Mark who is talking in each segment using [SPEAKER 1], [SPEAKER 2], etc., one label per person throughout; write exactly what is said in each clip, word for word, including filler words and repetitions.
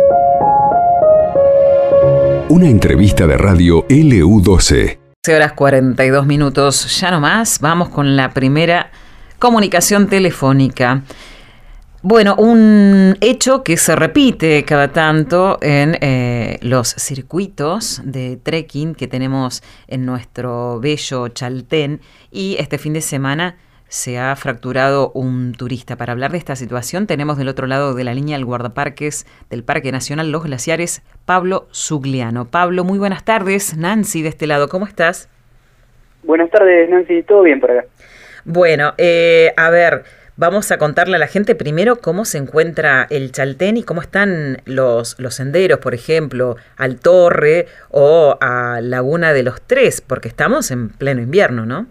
[SPEAKER 1] Una entrevista de radio L U doce.
[SPEAKER 2] once horas cuarenta y dos minutos, ya no más, vamos con la primera comunicación telefónica. Bueno, un hecho que se repite cada tanto en eh, los circuitos de trekking que tenemos en nuestro bello Chaltén, y este fin de semana se ha fracturado un turista. Para hablar de esta situación tenemos del otro lado de la línea el guardaparques del Parque Nacional Los Glaciares, Pablo Zugliano. Pablo, muy buenas tardes. Nancy de este lado, ¿cómo estás?
[SPEAKER 3] Buenas tardes, Nancy, todo bien por acá.
[SPEAKER 2] Bueno, eh, a ver, vamos a contarle a la gente primero cómo se encuentra el Chaltén y cómo están los, los senderos, por ejemplo, al Torre o a Laguna de los Tres, porque estamos en pleno invierno, ¿no?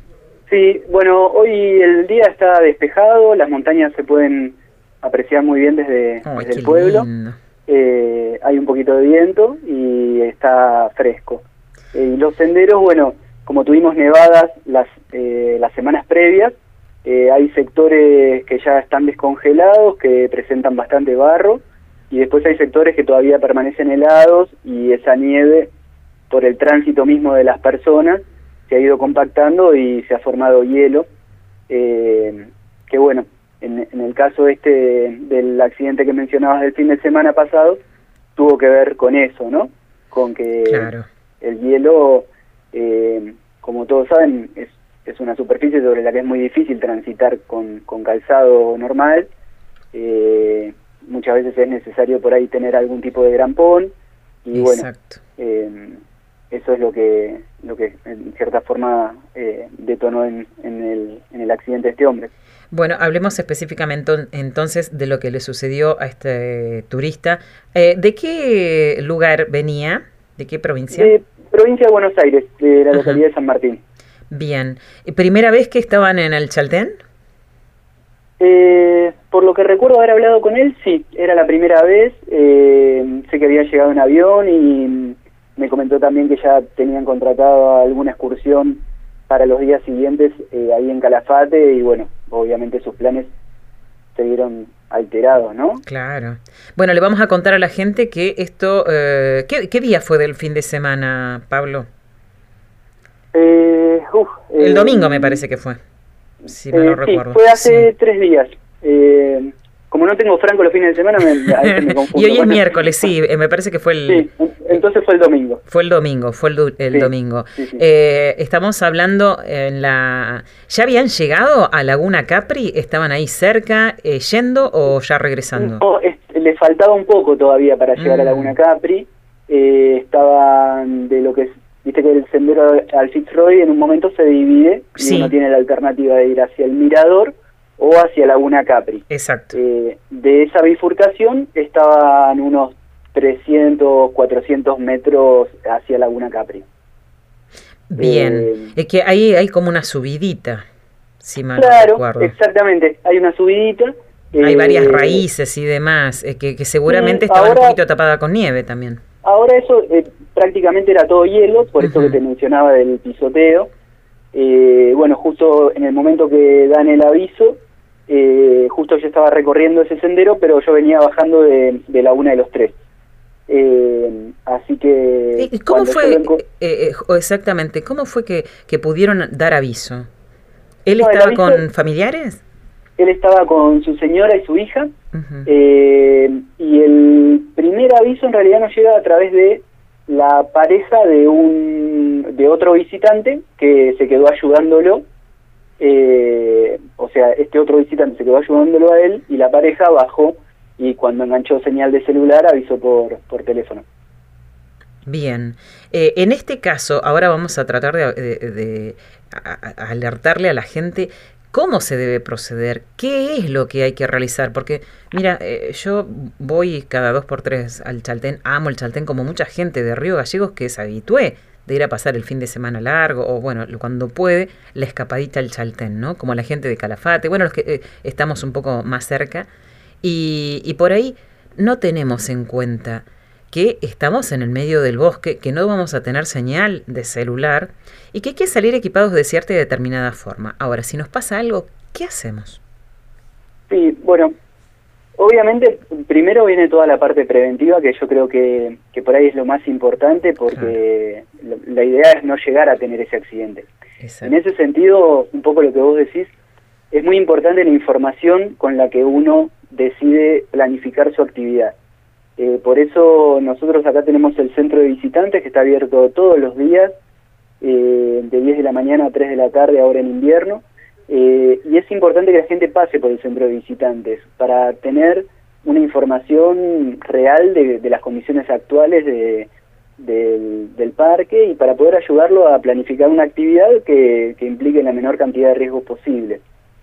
[SPEAKER 3] Sí, bueno, hoy el día está despejado, las montañas se pueden apreciar muy bien desde,
[SPEAKER 2] Ay,
[SPEAKER 3] desde el pueblo. Eh, hay un poquito de viento y está fresco. Eh, y los senderos, bueno, como tuvimos nevadas las, eh, las semanas previas, eh, hay sectores que ya están descongelados, que presentan bastante barro, y después hay sectores que todavía permanecen helados, y esa nieve, por el tránsito mismo de las personas, se ha ido compactando y se ha formado hielo, eh, que bueno, en, en el caso este del accidente que mencionabas del fin de semana pasado, tuvo que ver con eso, ¿no? Con que
[SPEAKER 2] claro.
[SPEAKER 3] El hielo, eh, como todos saben, es, es una superficie sobre la que es muy difícil transitar con, con calzado normal. Eh, muchas veces es necesario por ahí tener algún tipo de grampón, y
[SPEAKER 2] Exacto.
[SPEAKER 3] bueno, eh, eso es lo que lo que en cierta forma eh, detonó en, en, el, en el accidente de este hombre.
[SPEAKER 2] Bueno, hablemos específicamente entonces de lo que le sucedió a este turista. Eh, ¿De qué lugar venía? ¿De qué provincia?
[SPEAKER 3] De provincia de Buenos Aires, de la
[SPEAKER 2] Ajá.
[SPEAKER 3] localidad de San Martín.
[SPEAKER 2] Bien. ¿Primera vez que estaban en el Chaltén?
[SPEAKER 3] Eh, por lo que recuerdo haber hablado con él, sí, era la primera vez. Eh, sé que había llegado en avión y me comentó también que ya tenían contratado alguna excursión para los días siguientes eh, ahí en Calafate, y bueno, obviamente sus planes se vieron alterados, ¿no?
[SPEAKER 2] Claro. Bueno, le vamos a contar a la gente que esto... Eh, ¿qué, ¿Qué día fue del fin de semana, Pablo?
[SPEAKER 3] Eh, uf,
[SPEAKER 2] El
[SPEAKER 3] eh,
[SPEAKER 2] domingo me parece que fue, si me
[SPEAKER 3] eh,
[SPEAKER 2] lo recuerdo.
[SPEAKER 3] Sí, fue hace
[SPEAKER 2] sí.
[SPEAKER 3] tres días. Eh, como no tengo franco los fines de semana, me, a veces me confundo.
[SPEAKER 2] Y hoy es
[SPEAKER 3] Bueno,
[SPEAKER 2] miércoles, sí, eh, me parece que fue el...
[SPEAKER 3] Sí, entonces fue el domingo.
[SPEAKER 2] Fue el domingo, fue el, do, el
[SPEAKER 3] sí,
[SPEAKER 2] domingo.
[SPEAKER 3] Sí, sí.
[SPEAKER 2] Eh, estamos hablando en la... ¿Ya habían llegado a Laguna Capri? ¿Estaban ahí cerca, eh, yendo o ya regresando?
[SPEAKER 3] No, es, le faltaba un poco todavía para llegar
[SPEAKER 2] mm.
[SPEAKER 3] a Laguna Capri. Eh, estaban de lo que es... Viste que el sendero al Fitzroy en un momento se divide,
[SPEAKER 2] sí.
[SPEAKER 3] y uno tiene la alternativa de ir hacia el Mirador o hacia Laguna Capri.
[SPEAKER 2] Exacto.
[SPEAKER 3] Eh, de esa bifurcación estaban unos trescientos, cuatrocientos metros hacia Laguna Capri.
[SPEAKER 2] Bien,
[SPEAKER 3] Eh,
[SPEAKER 2] es que ahí hay como una subidita, si mal
[SPEAKER 3] claro,
[SPEAKER 2] recuerdo.
[SPEAKER 3] exactamente, hay una subidita.
[SPEAKER 2] Hay
[SPEAKER 3] eh,
[SPEAKER 2] varias raíces y demás, eh, que, que seguramente estaban
[SPEAKER 3] ahora,
[SPEAKER 2] un poquito tapadas con nieve también.
[SPEAKER 3] Ahora eso eh, prácticamente era todo hielo, por
[SPEAKER 2] uh-huh.
[SPEAKER 3] eso que te mencionaba del pisoteo. Eh, bueno, justo en el momento que dan el aviso, eh, justo yo estaba recorriendo ese sendero, pero yo venía bajando de, de Laguna de los Tres. Eh, así que...
[SPEAKER 2] ¿Y cómo fue,
[SPEAKER 3] enco-
[SPEAKER 2] eh, eh, exactamente, cómo fue que, que pudieron dar aviso? ¿Él
[SPEAKER 3] No, el
[SPEAKER 2] estaba
[SPEAKER 3] aviso-
[SPEAKER 2] con familiares?
[SPEAKER 3] Él estaba con su señora y su hija,
[SPEAKER 2] Uh-huh.
[SPEAKER 3] eh, y el primer aviso en realidad nos llega a través de la pareja de un de otro visitante que se quedó ayudándolo, eh, o sea, este otro visitante se quedó ayudándolo a él, y la pareja bajó, y cuando enganchó señal de celular avisó por, por teléfono.
[SPEAKER 2] Bien, eh, en este caso ahora vamos a tratar de, de, de a, a alertarle a la gente cómo se debe proceder, qué es lo que hay que realizar, porque mira, eh, yo voy cada dos por tres al Chaltén, amo el Chaltén como mucha gente de Río Gallegos que se habitué de ir a pasar el fin de semana largo, o bueno, cuando puede, la escapadita al Chaltén, ¿no? Como la gente de Calafate, bueno, los que eh, estamos un poco más cerca, y, y por ahí no tenemos en cuenta que estamos en el medio del bosque, que no vamos a tener señal de celular y que hay que salir equipados de cierta y determinada forma. Ahora, si nos pasa algo, ¿qué hacemos?
[SPEAKER 3] Sí, bueno, obviamente, primero viene toda la parte preventiva, que yo creo que, que por ahí es lo más importante, porque claro. la, la idea es no llegar a tener ese accidente. Exacto. En ese sentido, un poco lo que vos decís, es muy importante la información con la que uno decide planificar su actividad. Eh, por eso nosotros acá tenemos el centro de visitantes, que está abierto todos los días, eh, de diez de la mañana a tres de la tarde, ahora en invierno. Eh, y es importante que la gente pase por el centro de visitantes para tener una información real de, de las condiciones actuales de, de, del parque y para poder ayudarlo a planificar una actividad que, que implique la menor cantidad de riesgos posible.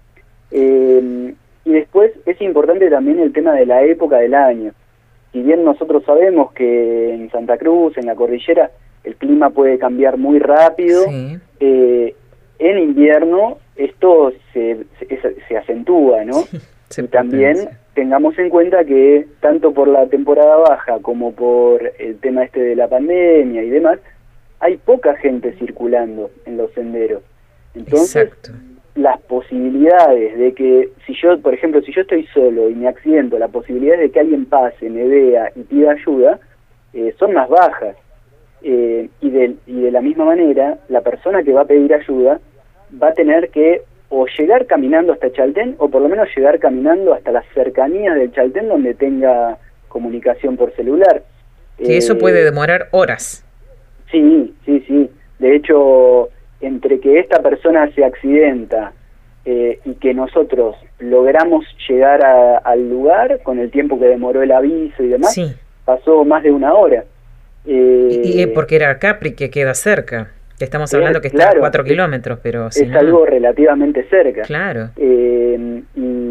[SPEAKER 3] Eh, y después es importante también el tema de la época del año. Si bien nosotros sabemos que en Santa Cruz, en la cordillera, el clima puede cambiar muy rápido, sí. eh, en invierno esto se, se, se acentúa, ¿no? Sí, y también potencia. Tengamos en cuenta que tanto por la temporada baja como por el tema este de la pandemia y demás, hay poca gente circulando en los senderos. Entonces, exacto. Las posibilidades de que, si yo, por ejemplo, si yo estoy solo y me accidento, las posibilidades de que alguien pase, me vea y pida ayuda, eh, son más bajas. Eh, y, de, y de la misma manera, la persona que va a pedir ayuda va a tener que o llegar caminando hasta Chaltén o por lo menos llegar caminando hasta las cercanías del Chaltén donde tenga comunicación por celular.
[SPEAKER 2] Que eh, eso puede demorar horas.
[SPEAKER 3] Sí, sí, sí. De hecho, entre que esta persona se accidenta eh, y que nosotros logramos llegar a, al lugar con el tiempo que demoró el aviso y demás, sí. Pasó más de una hora.
[SPEAKER 2] Eh, y, y porque era Capri, que queda cerca. Que estamos hablando que está claro, a cuatro kilómetros, pero... Si
[SPEAKER 3] es
[SPEAKER 2] no...
[SPEAKER 3] algo relativamente cerca.
[SPEAKER 2] Claro.
[SPEAKER 3] Eh,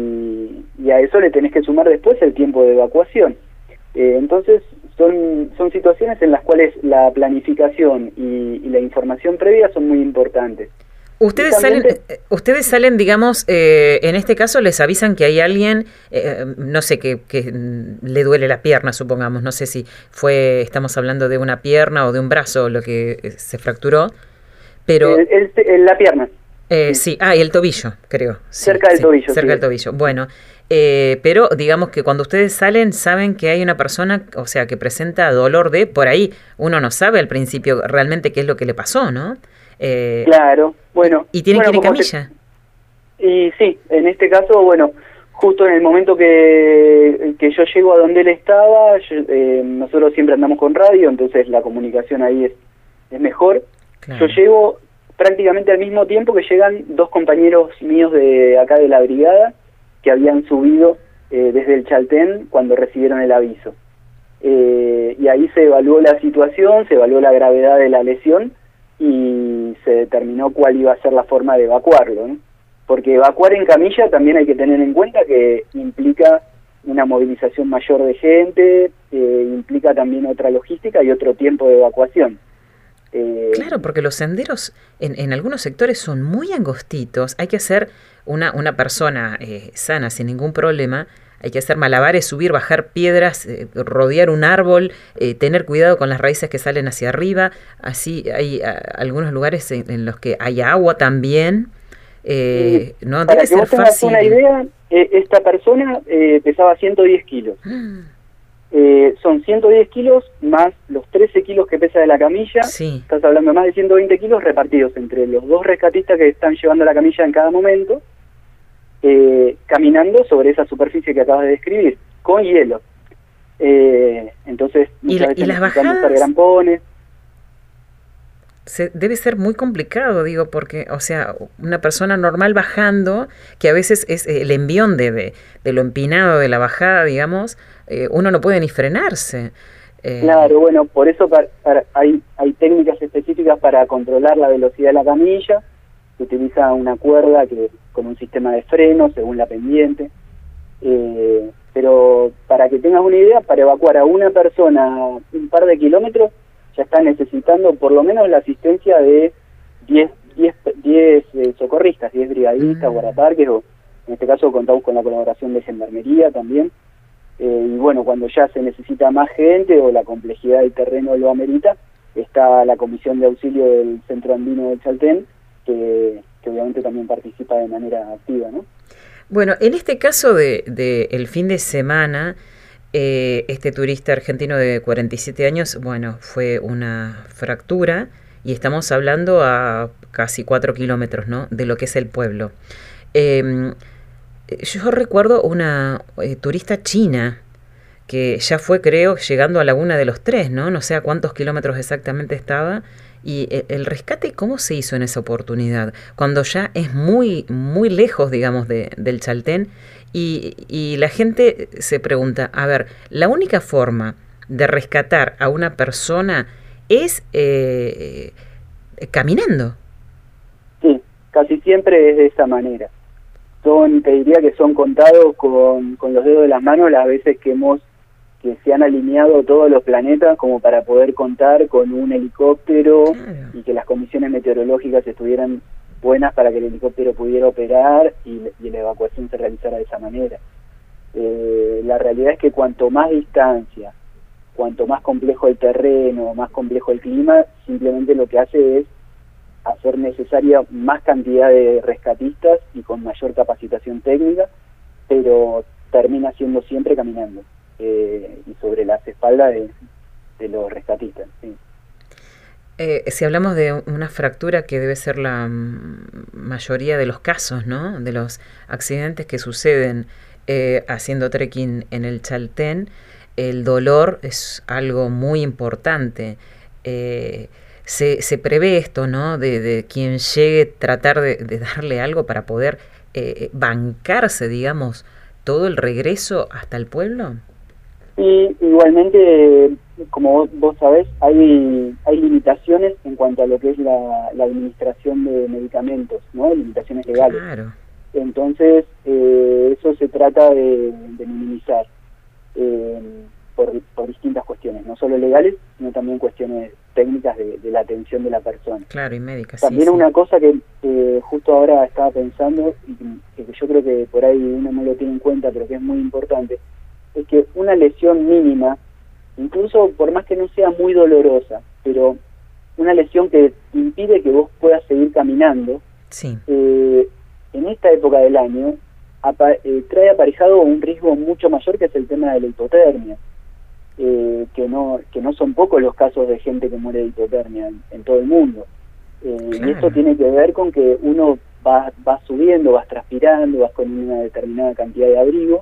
[SPEAKER 3] y, y a eso le tenés que sumar después el tiempo de evacuación. Eh, entonces, son, son situaciones en las cuales la planificación y, y la información previa son muy importantes.
[SPEAKER 2] Ustedes salen, te... ustedes salen, digamos, eh, en este caso les avisan que hay alguien, eh, no sé, que, que le duele la pierna, supongamos, no sé si fue, estamos hablando de una pierna o de un brazo lo que se fracturó, pero...
[SPEAKER 3] El, el, el, la pierna.
[SPEAKER 2] Eh, sí. sí, ah, y el tobillo, creo. Sí,
[SPEAKER 3] cerca del
[SPEAKER 2] sí,
[SPEAKER 3] tobillo.
[SPEAKER 2] Cerca
[SPEAKER 3] sí.
[SPEAKER 2] del tobillo, bueno. Eh, pero digamos que cuando ustedes salen saben que hay una persona, o sea, que presenta dolor de, por ahí uno no sabe al principio realmente qué es lo que le pasó, ¿no?
[SPEAKER 3] Eh, claro, bueno.
[SPEAKER 2] ¿Y tienen
[SPEAKER 3] bueno,
[SPEAKER 2] que ir en camilla?
[SPEAKER 3] Te, y sí, en este caso, bueno, justo en el momento que, que yo llego a donde él estaba, yo, eh, nosotros siempre andamos con radio, entonces la comunicación ahí es, es mejor. Claro. Yo llego prácticamente al mismo tiempo que llegan dos compañeros míos de acá de la brigada que habían subido eh, desde el Chaltén cuando recibieron el aviso. Eh, y ahí se evaluó la situación, se evaluó la gravedad de la lesión y se determinó cuál iba a ser la forma de evacuarlo, ¿no? Porque evacuar en camilla también hay que tener en cuenta que implica una movilización mayor de gente, eh, implica también otra logística y otro tiempo de evacuación.
[SPEAKER 2] Eh, claro, porque los senderos en, en algunos sectores son muy angostitos, hay que hacer una, una persona eh, sana, sin ningún problema, hay que hacer malabares, subir, bajar piedras, eh, rodear un árbol, eh, tener cuidado con las raíces que salen hacia arriba. Así hay a, algunos lugares en, en los que hay agua también. Eh, no
[SPEAKER 3] Para
[SPEAKER 2] debe
[SPEAKER 3] que
[SPEAKER 2] ser
[SPEAKER 3] vos tengas
[SPEAKER 2] fácil.
[SPEAKER 3] Una idea, eh, esta persona eh, pesaba ciento diez kilos. Eh, son ciento diez kilos más los trece kilos que pesa de la camilla.
[SPEAKER 2] Sí.
[SPEAKER 3] Estás hablando de más de ciento veinte kilos repartidos entre los dos rescatistas que están llevando la camilla en cada momento. Eh, caminando sobre esa superficie que acabas de describir, con hielo. Eh, entonces, muchas
[SPEAKER 2] ¿Y, la,
[SPEAKER 3] veces
[SPEAKER 2] y las
[SPEAKER 3] necesitan usar
[SPEAKER 2] bajadas?
[SPEAKER 3] grampones.
[SPEAKER 2] Se, debe ser muy complicado, digo, porque, o sea, una persona normal bajando, que a veces es el envión de, de, de lo empinado de la bajada, digamos, eh, uno no puede ni frenarse. Eh,
[SPEAKER 3] claro, bueno, por eso para, para, hay, hay técnicas específicas para controlar la velocidad de la camilla. Se utiliza una cuerda que con un sistema de freno según la pendiente, eh, pero para que tengas una idea, para evacuar a una persona un par de kilómetros ya está necesitando por lo menos la asistencia de diez, diez, diez eh, socorristas, diez brigadistas, mm. guardaparques, o en este caso contamos con la colaboración de Gendarmería también, eh, y bueno, cuando ya se necesita más gente o la complejidad del terreno lo amerita, está la Comisión de Auxilio del Centro Andino del Chaltén, que, que obviamente también participa de manera activa, ¿no?
[SPEAKER 2] Bueno, en este caso de, de el fin de semana, eh, este turista argentino de cuarenta y siete años, bueno, fue una fractura y estamos hablando a casi cuatro kilómetros, ¿no?, de lo que es el pueblo. Eh, yo recuerdo una eh, turista china que ya fue, creo, llegando a Laguna de los Tres, ¿no? No sé a cuántos kilómetros exactamente estaba. Y el rescate, ¿cómo se hizo en esa oportunidad? Cuando ya es muy, muy lejos, digamos, de, del Chaltén, y, y la gente se pregunta, a ver, la única forma de rescatar a una persona es eh, caminando.
[SPEAKER 3] Sí, casi siempre es de esa manera. Son, te diría que son contados con, con los dedos de las manos las veces que hemos que se han alineado todos los planetas como para poder contar con un helicóptero, claro, y que las condiciones meteorológicas estuvieran buenas para que el helicóptero pudiera operar y, y la evacuación se realizara de esa manera. Eh, la realidad es que cuanto más distancia, cuanto más complejo el terreno, más complejo el clima, simplemente lo que hace es hacer necesaria más cantidad de rescatistas y con mayor capacitación técnica, pero termina siendo siempre caminando. Eh, y sobre las espaldas de, de los rescatistas. Sí.
[SPEAKER 2] Eh, si hablamos de una fractura que debe ser la mayoría de los casos, ¿no?, de los accidentes que suceden eh, haciendo trekking en el Chaltén, el dolor es algo muy importante. Eh, se, se prevé esto, ¿no?, de, de quien llegue a tratar de, de darle algo para poder eh, bancarse, digamos, todo el regreso hasta el pueblo.
[SPEAKER 3] Y igualmente, como vos, vos sabés, hay hay limitaciones en cuanto a lo que es la, la administración de medicamentos, ¿no? Limitaciones legales.
[SPEAKER 2] Claro.
[SPEAKER 3] Entonces, eh, eso se trata de, de minimizar eh, por, por distintas cuestiones, no solo legales, sino también cuestiones técnicas de, de la atención de la persona.
[SPEAKER 2] Claro, y médicas.
[SPEAKER 3] También
[SPEAKER 2] sí,
[SPEAKER 3] una
[SPEAKER 2] sí.
[SPEAKER 3] cosa que eh, justo ahora estaba pensando, y que, que yo creo que por ahí uno no lo tiene en cuenta, pero que es muy importante, es que una lesión mínima, incluso por más que no sea muy dolorosa, pero una lesión que impide que vos puedas seguir caminando,
[SPEAKER 2] sí.
[SPEAKER 3] eh, en esta época del año apa eh, trae aparejado un riesgo mucho mayor, que es el tema de la hipotermia, eh, que no que no son pocos los casos de gente que muere de hipotermia en, en todo el mundo. Eh, claro. Y esto tiene que ver con que uno va, va subiendo, vas transpirando, vas con una determinada cantidad de abrigo,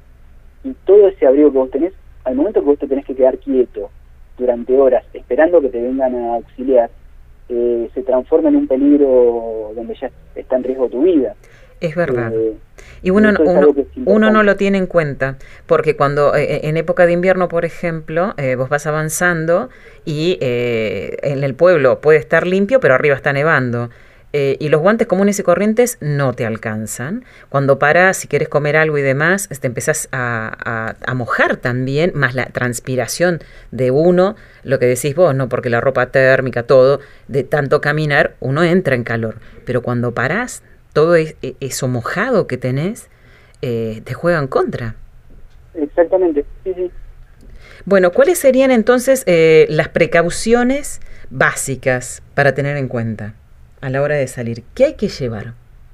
[SPEAKER 3] y todo ese abrigo que vos tenés, al momento que vos te tenés que quedar quieto durante horas esperando que te vengan a auxiliar, eh, se transforma en un peligro donde ya está en riesgo tu vida.
[SPEAKER 2] Es verdad.
[SPEAKER 3] Eh,
[SPEAKER 2] y uno, uno, uno no lo tiene en cuenta, porque cuando eh, en época de invierno, por ejemplo, eh, vos vas avanzando y eh, en el pueblo puede estar limpio, pero arriba está nevando. Eh, y los guantes comunes y corrientes no te alcanzan. Cuando paras, si quieres comer algo y demás, te empezás a, a, a mojar también, más la transpiración de uno, lo que decís vos, ¿no? Porque la ropa térmica, todo, de tanto caminar, uno entra en calor. Pero cuando parás, todo es, eso mojado que tenés, eh, te juega en contra.
[SPEAKER 3] Exactamente, sí, sí.
[SPEAKER 2] Bueno, ¿cuáles serían entonces eh, las precauciones básicas para tener en cuenta a la hora de salir? ¿Qué hay que llevar?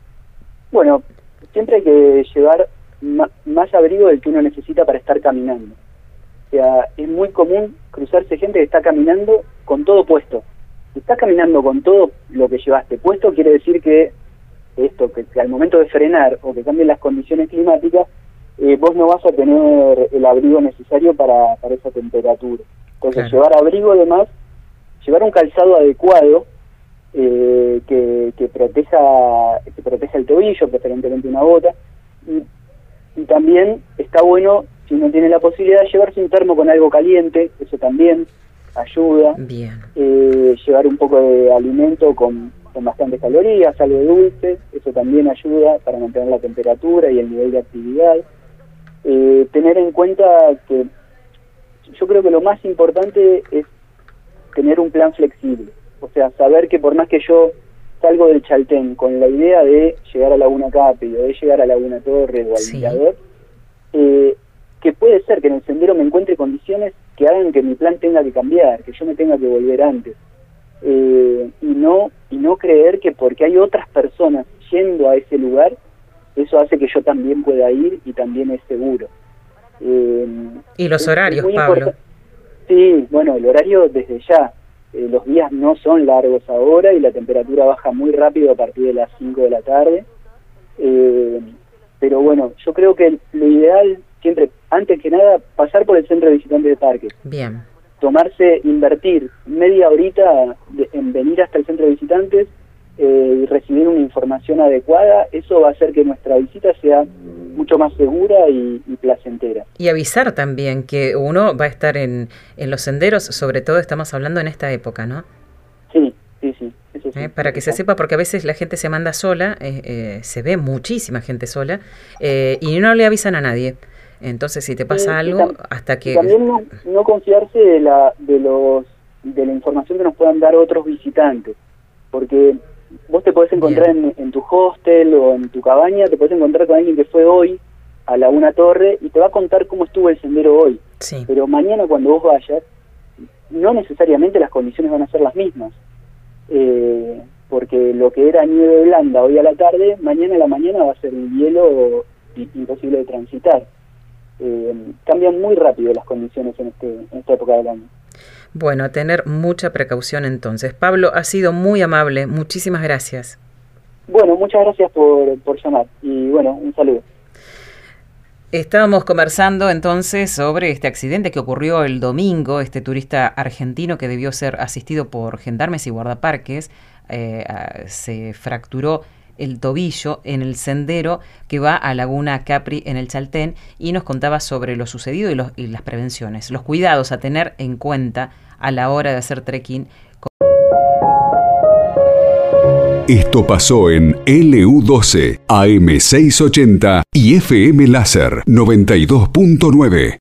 [SPEAKER 3] Bueno, siempre hay que llevar ma más abrigo del que uno necesita para estar caminando. O sea, es muy común cruzarse gente que está caminando con todo puesto. Si estás caminando con todo lo que llevaste puesto, quiere decir que esto, que, que al momento de frenar o que cambien las condiciones climáticas, eh, vos no vas a tener el abrigo necesario para, para esa temperatura. Entonces, claro, llevar abrigo, además, llevar un calzado adecuado, Eh, que, que proteja que proteja el tobillo, preferentemente una bota, y, y también está bueno, si uno tiene la posibilidad, llevarse un termo con algo caliente, eso también ayuda.
[SPEAKER 2] Bien.
[SPEAKER 3] Eh, llevar un poco de alimento con, con bastantes calorías, algo de dulce, eso también ayuda para mantener la temperatura y el nivel de actividad. Eh, tener en cuenta que yo creo que lo más importante es tener un plan flexible. O sea, saber que por más que yo salgo del Chaltén con la idea de llegar a Laguna Capri o de llegar a Laguna Torres o al
[SPEAKER 2] sí.
[SPEAKER 3] Mirador, eh, que puede ser que en el sendero me encuentre condiciones que hagan que mi plan tenga que cambiar, que yo me tenga que volver antes. Eh, y no y no creer que porque hay otras personas yendo a ese lugar, eso hace que yo también pueda ir y también es seguro. Eh,
[SPEAKER 2] y los
[SPEAKER 3] es,
[SPEAKER 2] horarios,
[SPEAKER 3] es
[SPEAKER 2] Pablo.
[SPEAKER 3] Importa- sí, bueno, el horario desde ya. Eh, los días no son largos ahora y la temperatura baja muy rápido a partir de las cinco de la tarde. Eh, pero bueno, yo creo que lo ideal, siempre, antes que nada, pasar por el centro de visitantes de parques.
[SPEAKER 2] Bien.
[SPEAKER 3] Tomarse, invertir media horita de, en venir hasta el centro de visitantes eh, y recibir una información adecuada. Eso va a hacer que nuestra visita sea mucho más segura y, y placentera.
[SPEAKER 2] Y avisar también que uno va a estar en, en los senderos, sobre todo estamos hablando en esta época, ¿no?
[SPEAKER 3] Sí, sí, sí. Eso sí
[SPEAKER 2] eh, para que se sepa, porque a veces la gente se manda sola, eh, eh, se ve muchísima gente sola, eh, y no le avisan a nadie. Entonces, si te pasa
[SPEAKER 3] sí,
[SPEAKER 2] algo,
[SPEAKER 3] tam-
[SPEAKER 2] hasta que...
[SPEAKER 3] También no, no confiarse de la, de, los, de la información que nos puedan dar otros visitantes, porque vos te podés encontrar en, en tu hostel o en tu cabaña, te podés encontrar con alguien que fue hoy a Laguna Torre y te va a contar cómo estuvo el sendero hoy.
[SPEAKER 2] Sí.
[SPEAKER 3] Pero mañana cuando vos vayas, no necesariamente las condiciones van a ser las mismas. Eh, porque lo que era nieve blanda hoy a la tarde, mañana a la mañana va a ser un hielo imposible de transitar. Eh, cambian muy rápido las condiciones en, este, en esta época del año.
[SPEAKER 2] Bueno, a tener mucha precaución entonces. Pablo, ha sido muy amable. Muchísimas gracias.
[SPEAKER 3] Bueno, muchas gracias por, por llamar. Y bueno, un saludo.
[SPEAKER 2] Estábamos conversando entonces sobre este accidente que ocurrió el domingo, este turista argentino que debió ser asistido por gendarmes y guardaparques, eh, se fracturó el tobillo en el sendero que va a Laguna Capri en el Chaltén y nos contaba sobre lo sucedido y, los, y las prevenciones, los cuidados a tener en cuenta a la hora de hacer trekking.
[SPEAKER 1] Esto pasó en L U doce, A M seiscientos ochenta y F M Láser noventa y dos punto nueve.